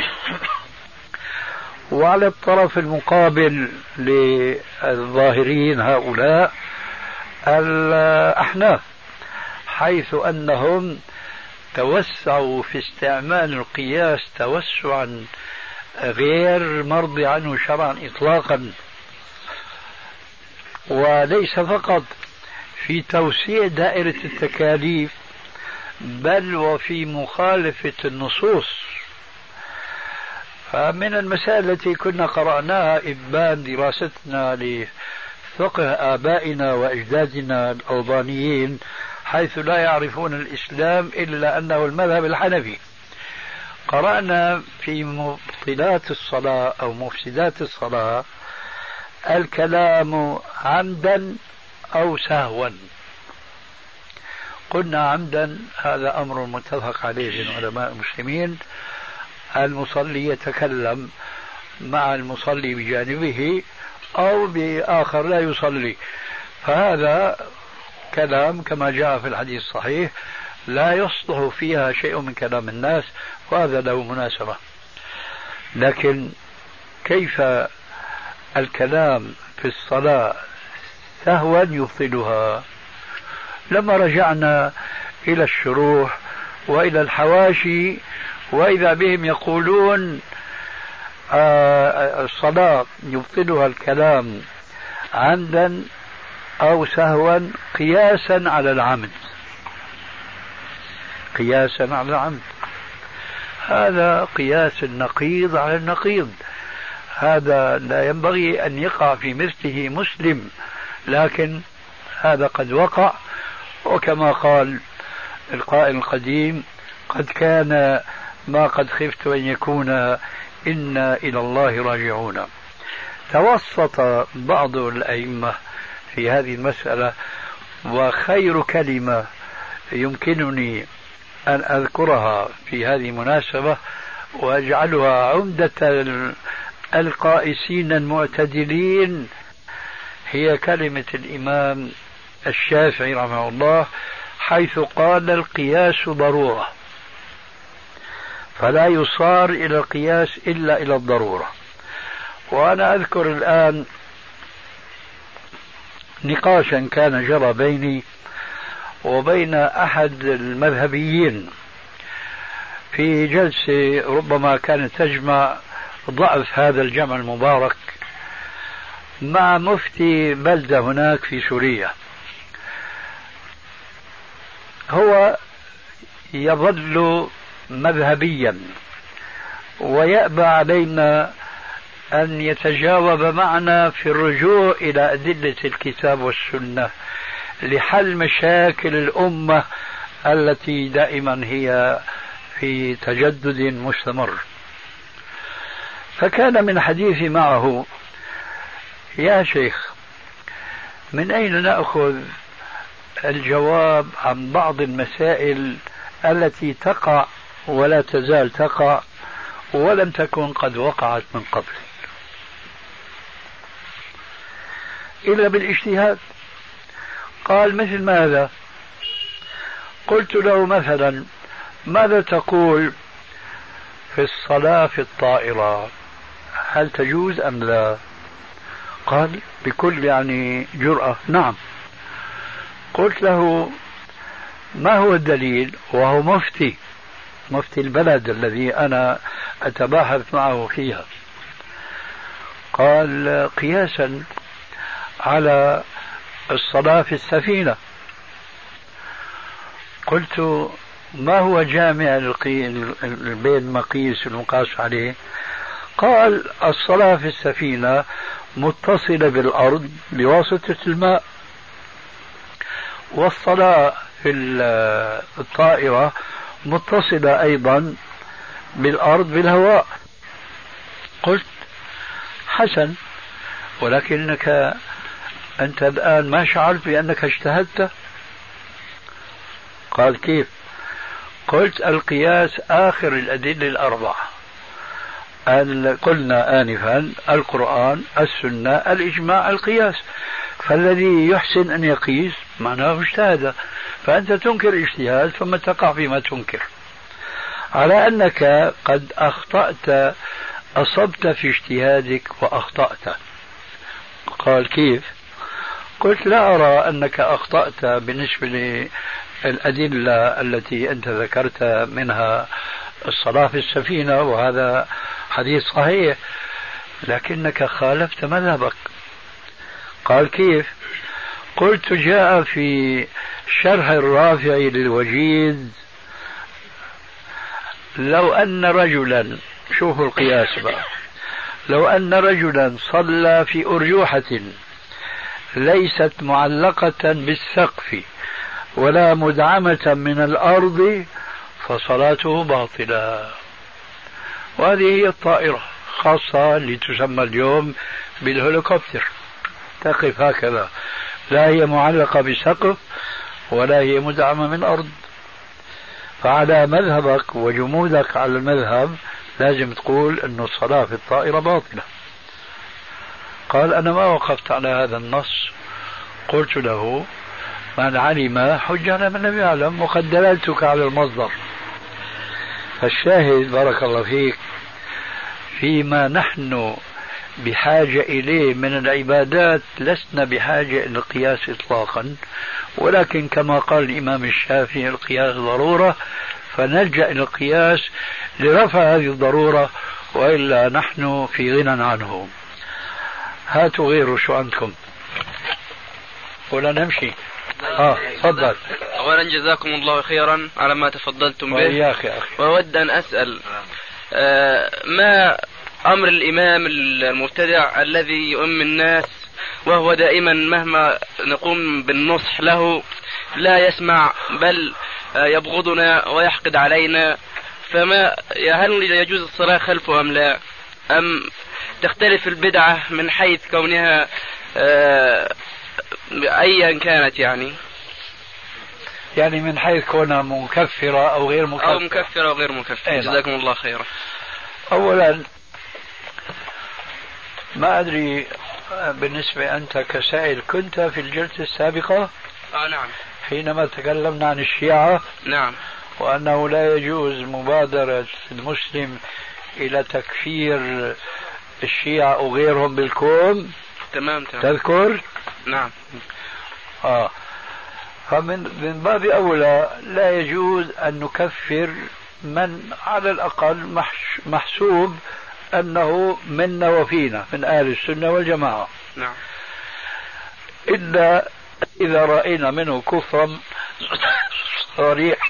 وعلى الطرف المقابل للظاهرين هؤلاء الأحناف، حيث أنهم توسعوا في استعمال القياس توسعا غير مرضي عنه شرعا إطلاقا، وليس فقط في توسيع دائرة التكاليف بل وفي مخالفة النصوص. فمن المسائل التي كنا قرأناها إبان دراستنا لفقه آبائنا وأجدادنا الأوضانيين، حيث لا يعرفون الإسلام إلا أنه المذهب الحنفي، قرأنا في مبطلات الصلاة أو مفسدات الصلاة الكلام عمدا أو سهوا. قلنا عمدا هذا أمر متفق عليه بين علماء المسلمين، المصلي يتكلم مع المصلي بجانبه أو بآخر لا يصلي، فهذا كلام كما جاء في الحديث الصحيح لا يصلح فيها شيء من كلام الناس، وهذا له مناسبة. لكن كيف الكلام في الصلاة سهوا يبطلها؟ لما رجعنا إلى الشروح وإلى الحواشي وإذا بهم يقولون الصلاة يبطلها الكلام عمدا أو سهوا قياسا على العمد، قياسا على العمد. هذا قياس النقيض على النقيض، هذا لا ينبغي أن يقع في مثله مسلم، لكن هذا قد وقع. وكما قال القائل القديم: قد كان ما قد خفت أن يكون، إنا إلى الله راجعون. توسط بعض الأئمة في هذه المسألة، وخير كلمة يمكنني أن أذكرها في هذه المناسبة وأجعلها عمدة القائسين المعتدلين هي كلمة الإمام الشافعي رحمه الله، حيث قال: القياس ضرورة، فلا يصار إلى القياس إلا إلى الضرورة. وأنا أذكر الآن نقاشا كان جرى بيني وبين أحد المذهبيين في جلسة ربما كانت تجمع ضعف هذا الجمع المبارك مع مفتي بلدة هناك في سوريا. هو يظل مذهبيا ويأبى علينا أن يتجاوب معنا في الرجوع إلى أدلة الكتاب والسنة لحل مشاكل الأمة التي دائما هي في تجدد مستمر. فكان من حديثي معه: يا شيخ، من أين نأخذ الجواب عن بعض المسائل التي تقع ولا تزال تقع ولم تكن قد وقعت من قبل إلا بالاجتهاد؟ قال: مثل ماذا؟ قلت له: مثلا ماذا تقول في الصلاة في الطائرة؟ هل تجوز أم لا؟ قال بكل جرأة نعم. قلت له ما هو الدليل؟ وهو مفتي البلد الذي أنا أتباحث معه فيها. قال قياسا على الصلاة في السفينة. قلت ما هو جامع بين مقيس المقاس عليه؟ قال الصلاة في السفينة متصلة بالأرض بواسطة الماء، والصلاة في الطائرة متصلة أيضا بالأرض بالهواء. قلت حسن، ولكنك أنت الآن ما شعرت بأنك اجتهدت؟ قال كيف؟ قلت القياس آخر الأدلة الأربعة، قلنا آنفا القرآن، السنة، الإجماع، القياس. فالذي يحسن أن يقيس معناه اجتهد، فأنت تنكر اجتهاد ثم تقع فيما تنكر، على أنك قد أخطأت، أصبت في اجتهادك وأخطأت. قال كيف؟ قلت لا أرى أنك أخطأت بالنسبة للأدلة التي أنت ذكرت منها الصلاة في السفينة، وهذا حديث صحيح، لكنك خالفت مذهبك. قال كيف؟ قلت جاء في شرح الرافع للوجيز لو أن رجلا، شوفوا القياس بقى، لو أن رجلا صلى في أرجوحة ليست معلقة بالسقف ولا مدعمة من الأرض فصلاته باطلة. وهذه هي الطائرة، خاصة لتسمى اليوم بالهليكوبتر، تقف هكذا، لا هي معلقة بسقف ولا هي مدعمة من الأرض. فعلى مذهبك وجمودك على المذهب لازم تقول أن الصلاة في الطائرة باطلة. قال أنا ما وقفت على هذا النص. قلت له من علم حج على من لم يعلم، وقد دللتك على المصدر. فالشاهد بارك الله فيك فيما نحن بحاجة إليه من العبادات لسنا بحاجة إلى القياس إطلاقا، ولكن كما قال الإمام الشافعي القياس ضرورة، فنلجأ إلى القياس لرفع هذه الضرورة، وإلا نحن في غنى عنه. هاتوا غيره، شو عندكم؟ ولا نمشي؟ تفضل. أولا جزاكم الله خيرا على ما تفضلتم به. وإياك يا أخي. وأود أن أسأل ما أمر الإمام المبتدع الذي يؤم الناس وهو دائما مهما نقوم بالنصح له لا يسمع، بل يبغضنا ويحقد علينا؟ فما هل يجوز الصلاة خلفه أم لا؟ أم تختلف البدعة من حيث كونها أيا كانت، يعني من حيث كونها مكفرة أو غير مكفرة؟ أو مكفرة أو غير مكفرة. جزاكم الله خيرا. أولا ما أدري بالنسبة أنت كسائل كنت في الجلسة السابقة؟ نعم. حينما تكلمنا عن الشيعة. نعم. وأنه لا يجوز مبادرة المسلم إلى تكفير الشيعة أو غيرهم بالكون. تمام. تذكر؟ نعم. فمن باب أولى لا يجوز أن نكفر من على الأقل محسوب أنه منا وفينا من أهل السنة والجماعة. نعم. إلا إذا رأينا منه كفرا صريح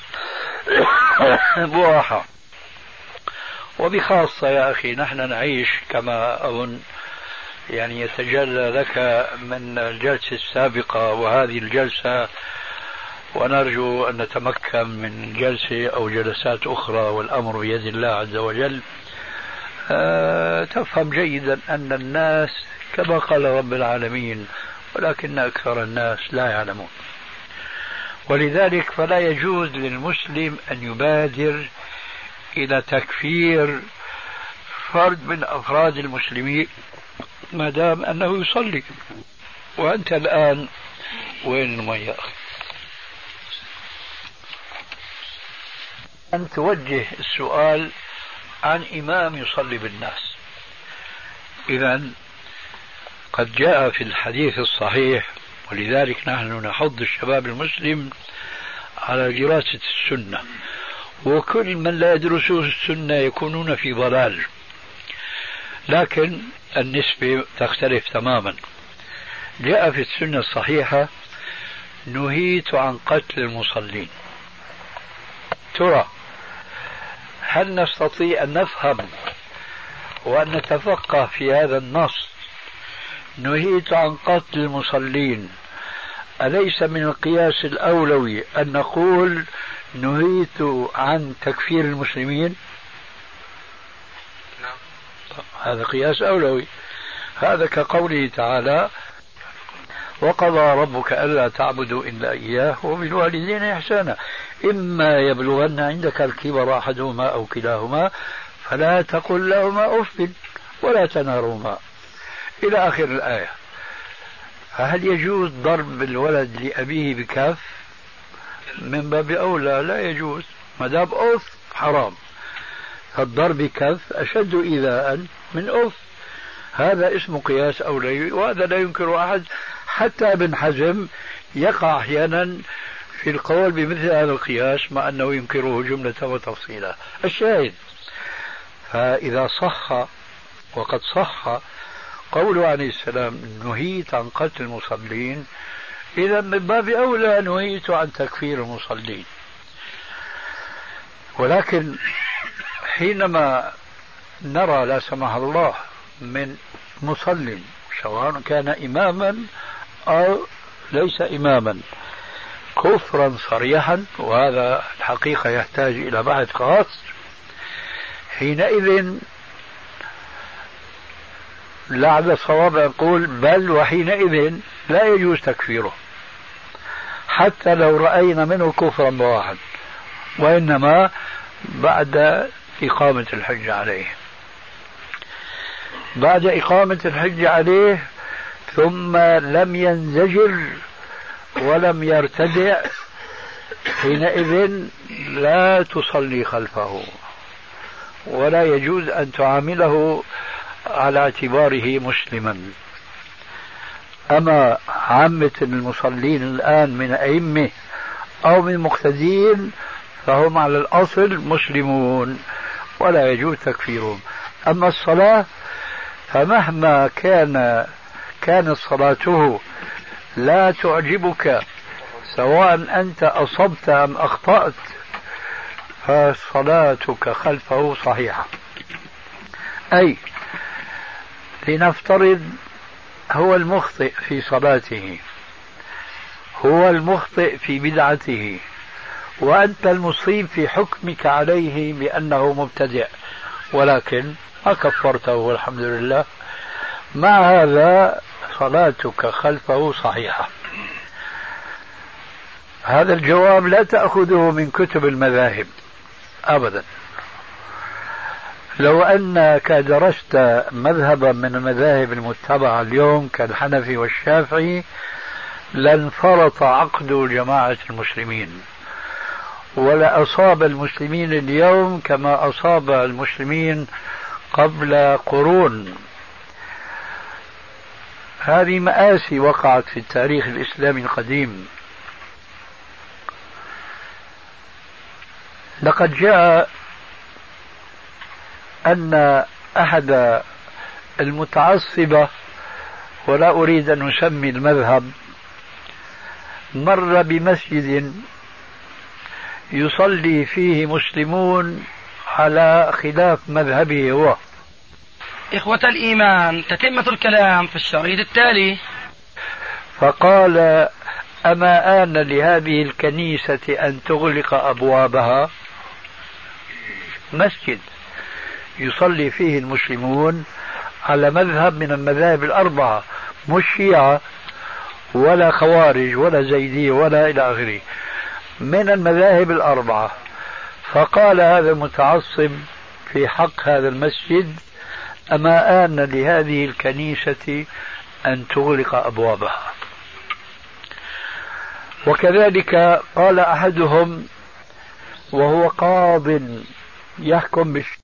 بواحة. وبخاصة يا أخي نحن نعيش كما أظن يتجلى لك من الجلسة السابقة وهذه الجلسة، ونرجو أن نتمكن من جلسة أو جلسات أخرى، والأمر بيد الله عز وجل. تفهم جيدا أن الناس كما قال رب العالمين ولكن أكثر الناس لا يعلمون. ولذلك فلا يجوز للمسلم أن يبادر إلى تكفير فرد من أفراد المسلمين ما دام أنه يصلي. وأنت الآن وين المياه؟ أن توجه السؤال عن إمام يصلي بالناس. إذن قد جاء في الحديث الصحيح، ولذلك نحن نحض الشباب المسلم على دراسة السنة، وكل من لا يدرسون السنة يكونون في ضلال، لكن النسبة تختلف تماما. جاء في السنة الصحيحة: نهيت عن قتل المصلين. ترى هل نستطيع أن نفهم وأن نتفقه في هذا النص نهيت عن قتل المصلين؟ أليس من القياس الأولوي أن نقول نهيت عن تكفير المسلمين؟ هذا قياس أولوي. هذا كقوله تعالى: وقضى ربك ألا تعبدوا إلا إياه وبالوالدين إحسانا إما يبلغن عندك الكبر أحدهما أو كلاهما فلا تقل لهما أف ولا تنهرهما إلى آخر الآية. هل يجوز ضرب الولد لأبيه بكف؟ من باب أولى لا يجوز، ما دام أف حرام، فالضرب بكف أشد إيذاء من أف. هذا اسمه قياس أولوي، وهذا لا ينكر أحد. حتى ابن حزم يقع أحيانا في القول بمثل هذا القياس مع أنه ينكره جملة وتفصيلا. الشاهد، فإذا صح وقد صح قوله عليه السلام نهيت عن قتل المصلين، إذا من باب أولى نهيت عن تكفير المصلين. ولكن حينما نرى لا سمح الله من مصل سواء كان إماما أو ليس إماما كفرا صريحا، وهذا الحقيقة يحتاج إلى بحث خاص، حينئذ لعل الصواب يقول بل وحينئذ لا يجوز تكفيره حتى لو رأينا منه كفرا بواحد، وإنما بعد إقامة الحج عليه. بعد إقامة الحج عليه ثم لم ينزجر ولم يرتدع، حينئذ لا تصلي خلفه ولا يجوز أن تعامله على اعتباره مسلما. أما عامة المصلين الآن من أئمة أو من مقتدين فهم على الأصل مسلمون ولا يجوز تكفيرهم. أما الصلاة فمهما كانت صلاته لا تعجبك سواء أنت أصبت أم أخطأت فصلاتك خلفه صحيحة. أي لنفترض هو المخطئ في صلاته، هو المخطئ في بدعته، وأنت المصيب في حكمك عليه بأنه مبتدع، ولكن ما كفرته والحمد لله، مع هذا صلاتك خلفه صحيحة. هذا الجواب لا تأخذه من كتب المذاهب أبدا. لو أنك درست مذهبا من المذاهب المتبعة اليوم كالحنفي والشافعي لانفرط عقد جماعة المسلمين، ولا أصاب المسلمين اليوم كما أصاب المسلمين قبل قرون. هذه مآسي وقعت في التاريخ الإسلامي القديم. لقد جاء أن أحد المتعصبة، ولا أريد أن نسمي المذهب، مر بمسجد يصلي فيه مسلمون على خلاف مذهبه هو. إخوة الإيمان، تتمة الكلام في الشريط التالي. فقال أما آن لهذه الكنيسة أن تغلق أبوابها؟ مسجد يصلي فيه المسلمون على مذهب من المذاهب الأربعة، مش شيعة ولا خوارج ولا زيدية ولا إلى آخره، من المذاهب الأربعة. فقال هذا المتعصب في حق هذا المسجد أما آن لهذه الكنيسة أن تغلق أبوابها. وكذلك قال أحدهم وهو قاض يحكم